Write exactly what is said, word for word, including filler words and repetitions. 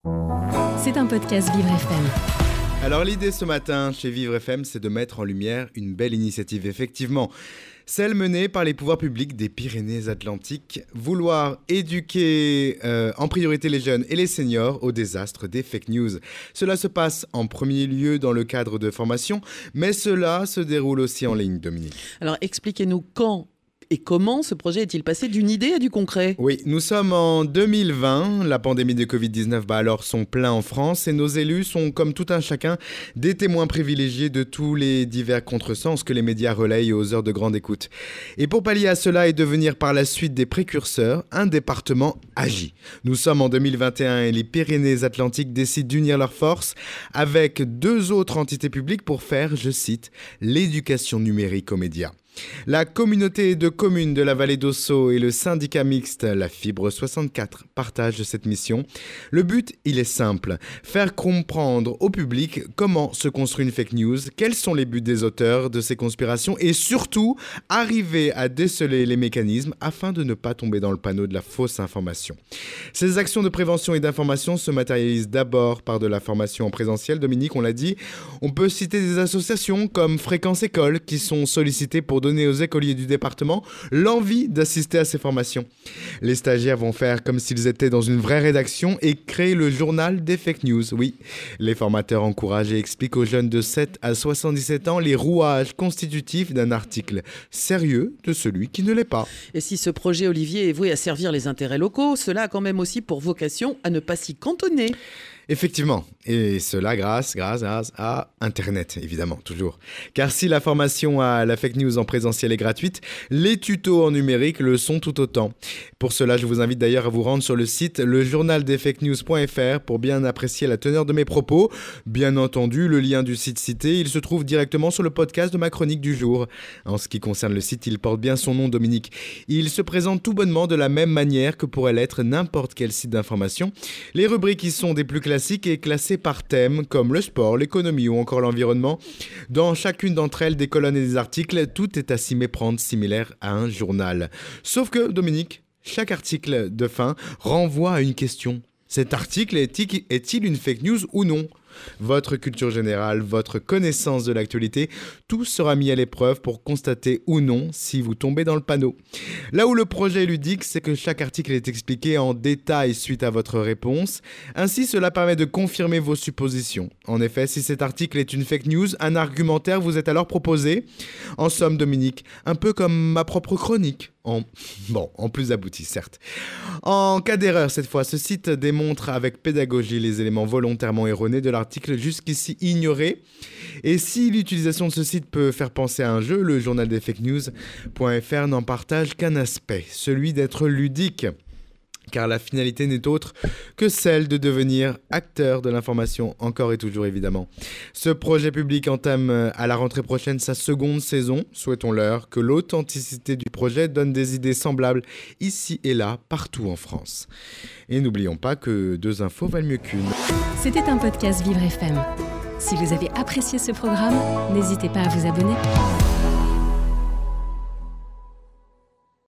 C'est un podcast Vivre F M. Alors l'idée ce matin chez Vivre F M, c'est de mettre en lumière une belle initiative, effectivement. Celle menée par les pouvoirs publics des Pyrénées-Atlantiques, vouloir éduquer euh, en priorité les jeunes et les seniors au désastre des fake news. Cela se passe en premier lieu dans le cadre de formation, mais cela se déroule aussi en ligne, Dominique. Alors expliquez-nous quand et comment ce projet est-il passé d'une idée à du concret ? Oui, nous sommes en deux mille vingt, la pandémie de covid dix-neuf bat alors son plein en France et nos élus sont comme tout un chacun des témoins privilégiés de tous les divers contresens que les médias relayent aux heures de grande écoute. Et pour pallier à cela et devenir par la suite des précurseurs, un département agit. Nous sommes en deux mille vingt et un et les Pyrénées-Atlantiques décident d'unir leurs forces avec deux autres entités publiques pour faire, je cite, l'éducation numérique aux médias. La communauté de communes de la vallée d'Ossau et le syndicat mixte La Fibre soixante-quatre partagent cette mission. Le but, il est simple, faire comprendre au public comment se construit une fake news, quels sont les buts des auteurs de ces conspirations et surtout arriver à déceler les mécanismes afin de ne pas tomber dans le panneau de la fausse information. Ces actions de prévention et d'information se matérialisent d'abord par de la formation en présentiel. Dominique, on l'a dit, on peut citer des associations comme Fréquence École qui sont sollicitées pour donner aux écoliers du département l'envie d'assister à ces formations. Les stagiaires vont faire comme s'ils étaient dans une vraie rédaction et créer le journal des fake news. Oui, les formateurs encouragent et expliquent aux jeunes de sept à soixante-dix-sept ans les rouages constitutifs d'un article sérieux de celui qui ne l'est pas. Et si ce projet, Olivier, est voué à servir les intérêts locaux, cela a quand même aussi pour vocation à ne pas s'y cantonner. Effectivement, et cela grâce, grâce, grâce à Internet, évidemment, toujours. Car si la formation à la fake news en présentiel est gratuite, les tutos en numérique le sont tout autant. Pour cela, je vous invite d'ailleurs à vous rendre sur le site le journal des fake news point f r pour bien apprécier la teneur de mes propos. Bien entendu, le lien du site cité, il se trouve directement sur le podcast de ma chronique du jour. En ce qui concerne le site, il porte bien son nom, Dominique. Il se présente tout bonnement de la même manière que pourrait l'être n'importe quel site d'information. Les rubriques y sont des plus classiques classique et classée par thème comme le sport, l'économie ou encore l'environnement. Dans chacune d'entre elles, des colonnes et des articles, tout est à s'y méprendre similaire à un journal. Sauf que, Dominique, chaque article de fin renvoie à une question. Cet article est-il une fake news ou non ? Votre culture générale, votre connaissance de l'actualité, tout sera mis à l'épreuve pour constater ou non si vous tombez dans le panneau. Là où le projet est ludique, c'est que chaque article est expliqué en détail suite à votre réponse. Ainsi, cela permet de confirmer vos suppositions. En effet, si cet article est une fake news, un argumentaire vous est alors proposé. En somme, Dominique, un peu comme ma propre chronique. En... Bon, en plus abouti, certes. En cas d'erreur, cette fois, ce site démontre avec pédagogie les éléments volontairement erronés de l'article jusqu'ici ignoré. Et si l'utilisation de ce site peut faire penser à un jeu, le journal des fake news point f r n'en partage qu'un aspect, celui d'être ludique. Car la finalité n'est autre que celle de devenir acteur de l'information, encore et toujours évidemment. Ce projet public entame à la rentrée prochaine sa seconde saison. Souhaitons-leur que l'authenticité du projet donne des idées semblables ici et là, partout en France. Et n'oublions pas que deux infos valent mieux qu'une. C'était un podcast Vivre F M. Si vous avez apprécié ce programme, n'hésitez pas à vous abonner.